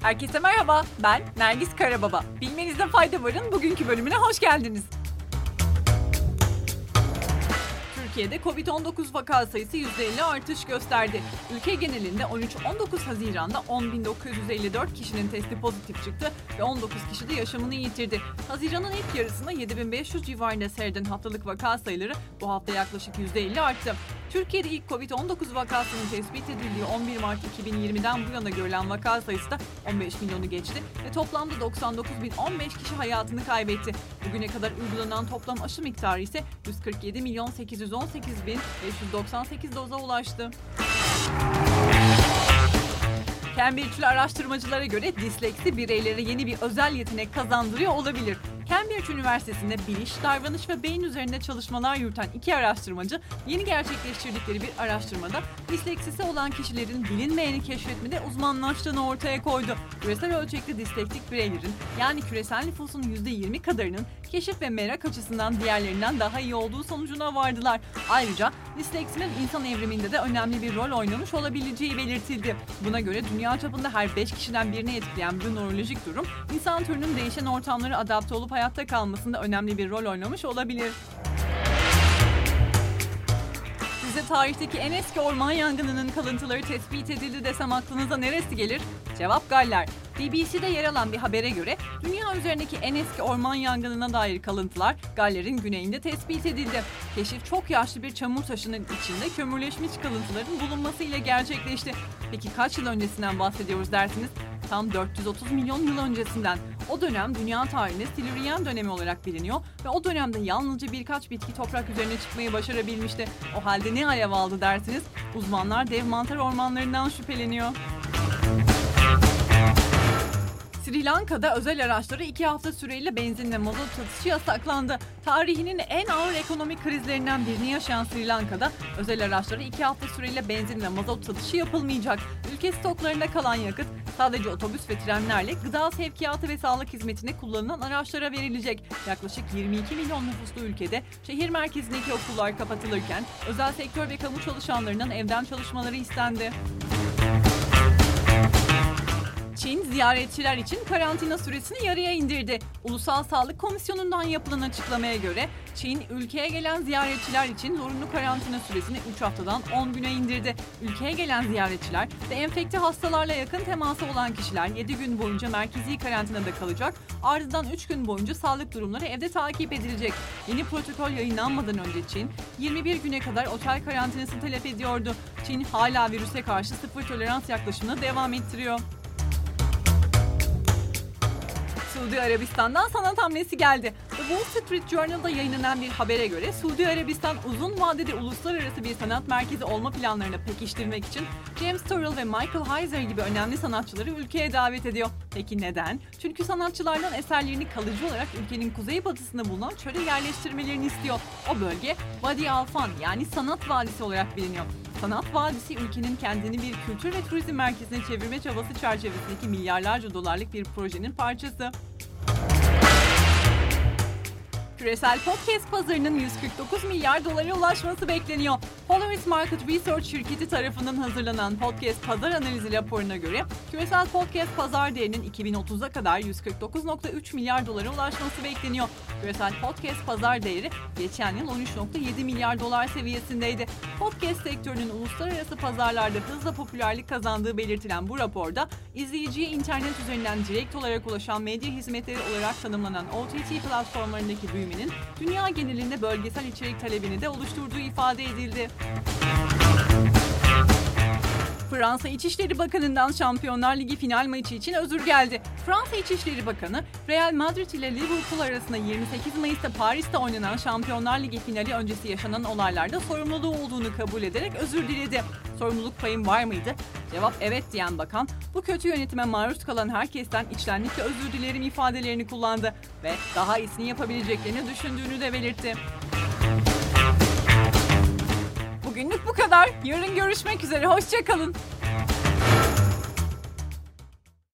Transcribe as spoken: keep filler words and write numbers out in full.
Herkese merhaba, ben Nergis Karababa. Bilmenizde fayda varın bugünkü bölümüne hoş geldiniz. Türkiye'de kovid on dokuz vaka sayısı yüzde elli artış gösterdi. Ülke genelinde on üç on dokuz Haziran'da on bin dokuz yüz elli dört kişinin testi pozitif çıktı ve on dokuz kişi de yaşamını yitirdi. Haziran'ın ilk yarısında yedi bin beş yüz civarında seyreden haftalık vaka sayıları bu hafta yaklaşık yüzde elli arttı. Türkiye'de ilk kovid on dokuz vakasının tespit edildiği on bir Mart iki bin yirmiden bu yana görülen vaka sayısı da on beş milyonu geçti ve toplamda doksan dokuz bin on beş kişi hayatını kaybetti. Bugüne kadar uygulanan toplam aşı miktarı ise yüz kırk yedi milyon sekiz yüz on sekiz bin beş yüz doksan sekiz doza ulaştı. Cambridge'li araştırmacılara göre disleksi bireylere yeni bir özel yetenek kazandırıyor olabilir. Cambridge Üniversitesi'nde biliş, davranış ve beyin üzerinde çalışmalar yürüten iki araştırmacı yeni gerçekleştirdikleri bir araştırmada disleksisi olan kişilerin bilinmeyeni keşfetmede uzmanlaştığını ortaya koydu. Küresel ölçekli dislektik bireylerin yani küresel nüfusun yüzde yirmi kadarının keşif ve merak açısından diğerlerinden daha iyi olduğu sonucuna vardılar. Ayrıca disleksinin insan evriminde de önemli bir rol oynamış olabileceği belirtildi. Buna göre dünya çapında her beş kişiden birini etkileyen bu nörolojik durum insan türünün değişen ortamlara adapte olup hayatta kalmasında önemli bir rol oynamış olabilir. Size tarihteki en eski orman yangınının kalıntıları tespit edildi desem aklınıza neresi gelir? Cevap Galler. B B C'de yer alan bir habere göre dünya üzerindeki en eski orman yangınına dair kalıntılar Galler'in güneyinde tespit edildi. Keşif çok yaşlı bir çamur taşının içinde kömürleşmiş kalıntıların bulunması ile gerçekleşti. Peki kaç yıl öncesinden bahsediyoruz dersiniz? Tam dört yüz otuz milyon yıl öncesinden. O dönem dünya tarihinde Silüryen dönemi olarak biliniyor ve o dönemde yalnızca birkaç bitki toprak üzerine çıkmayı başarabilmişti. O halde ne alev aldı dersiniz? Uzmanlar dev mantar ormanlarından şüpheleniyor. Sri Lanka'da özel araçlara iki hafta süreyle benzin ve mazot satışı yasaklandı. Tarihinin en ağır ekonomik krizlerinden birini yaşayan Sri Lanka'da özel araçlara iki hafta süreyle benzin ve mazot satışı yapılmayacak. Ülke stoklarında kalan yakıt sadece otobüs ve trenlerle gıda sevkiyatı ve sağlık hizmetine kullanılan araçlara verilecek. Yaklaşık yirmi iki milyon nüfuslu ülkede şehir merkezindeki okullar kapatılırken özel sektör ve kamu çalışanlarının evden çalışmaları istendi. Çin, ziyaretçiler için karantina süresini yarıya indirdi. Ulusal Sağlık Komisyonu'ndan yapılan açıklamaya göre Çin, ülkeye gelen ziyaretçiler için zorunlu karantina süresini üç haftadan on güne indirdi. Ülkeye gelen ziyaretçiler ve enfekte hastalarla yakın teması olan kişiler yedi gün boyunca merkezi karantinada kalacak, ardından üç gün boyunca sağlık durumları evde takip edilecek. Yeni protokol yayınlanmadan önce Çin, yirmi bir güne kadar otel karantinasını talep ediyordu. Çin hala virüse karşı sıfır tolerans yaklaşımını devam ettiriyor. Suudi Arabistan'dan sanat hamlesi geldi. The Wall Street Journal'da yayınlanan bir habere göre Suudi Arabistan uzun vadede uluslararası bir sanat merkezi olma planlarını pekiştirmek için James Turrell ve Michael Heizer gibi önemli sanatçıları ülkeye davet ediyor. Peki neden? Çünkü sanatçılardan eserlerini kalıcı olarak ülkenin kuzeybatısında bulunan çöle yerleştirmelerini istiyor. O bölge Wadi Al-Fan yani Sanat Vadisi olarak biliniyor. Sanat Vadisi ülkenin kendini bir kültür ve turizm merkezine çevirme çabası çerçevesindeki milyarlarca dolarlık bir projenin parçası. Küresel podcast pazarının yüz kırk dokuz milyar dolara ulaşması bekleniyor. Polaris Market Research şirketi tarafından hazırlanan podcast pazar analizi raporuna göre küresel podcast pazar değerinin iki bin otuza kadar yüz kırk dokuz virgül üç milyar dolara ulaşması bekleniyor. Küresel podcast pazar değeri geçen yıl on üç virgül yedi milyar dolar seviyesindeydi. Podcast sektörünün uluslararası pazarlarda hızla popülerlik kazandığı belirtilen bu raporda izleyiciye internet üzerinden direkt olarak ulaşan medya hizmetleri olarak tanımlanan O T T platformlarındaki büyümenin dünya genelinde bölgesel içerik talebini de oluşturduğu ifade edildi. Fransa İçişleri Bakanı'ndan Şampiyonlar Ligi final maçı için özür geldi. Fransa İçişleri Bakanı, Real Madrid ile Liverpool arasında yirmi sekiz Mayıs'ta Paris'te oynanan Şampiyonlar Ligi finali öncesi yaşanan olaylarda sorumluluğu olduğunu kabul ederek özür diledi. Sorumluluk payım var mıydı? Cevap evet diyen bakan, bu kötü yönetime maruz kalan herkesten içtenlikle özür dilerim ifadelerini kullandı ve daha iyisini yapabileceklerini düşündüğünü de belirtti. Bugünlük bu kadar. Yarın görüşmek üzere. Hoşça kalın.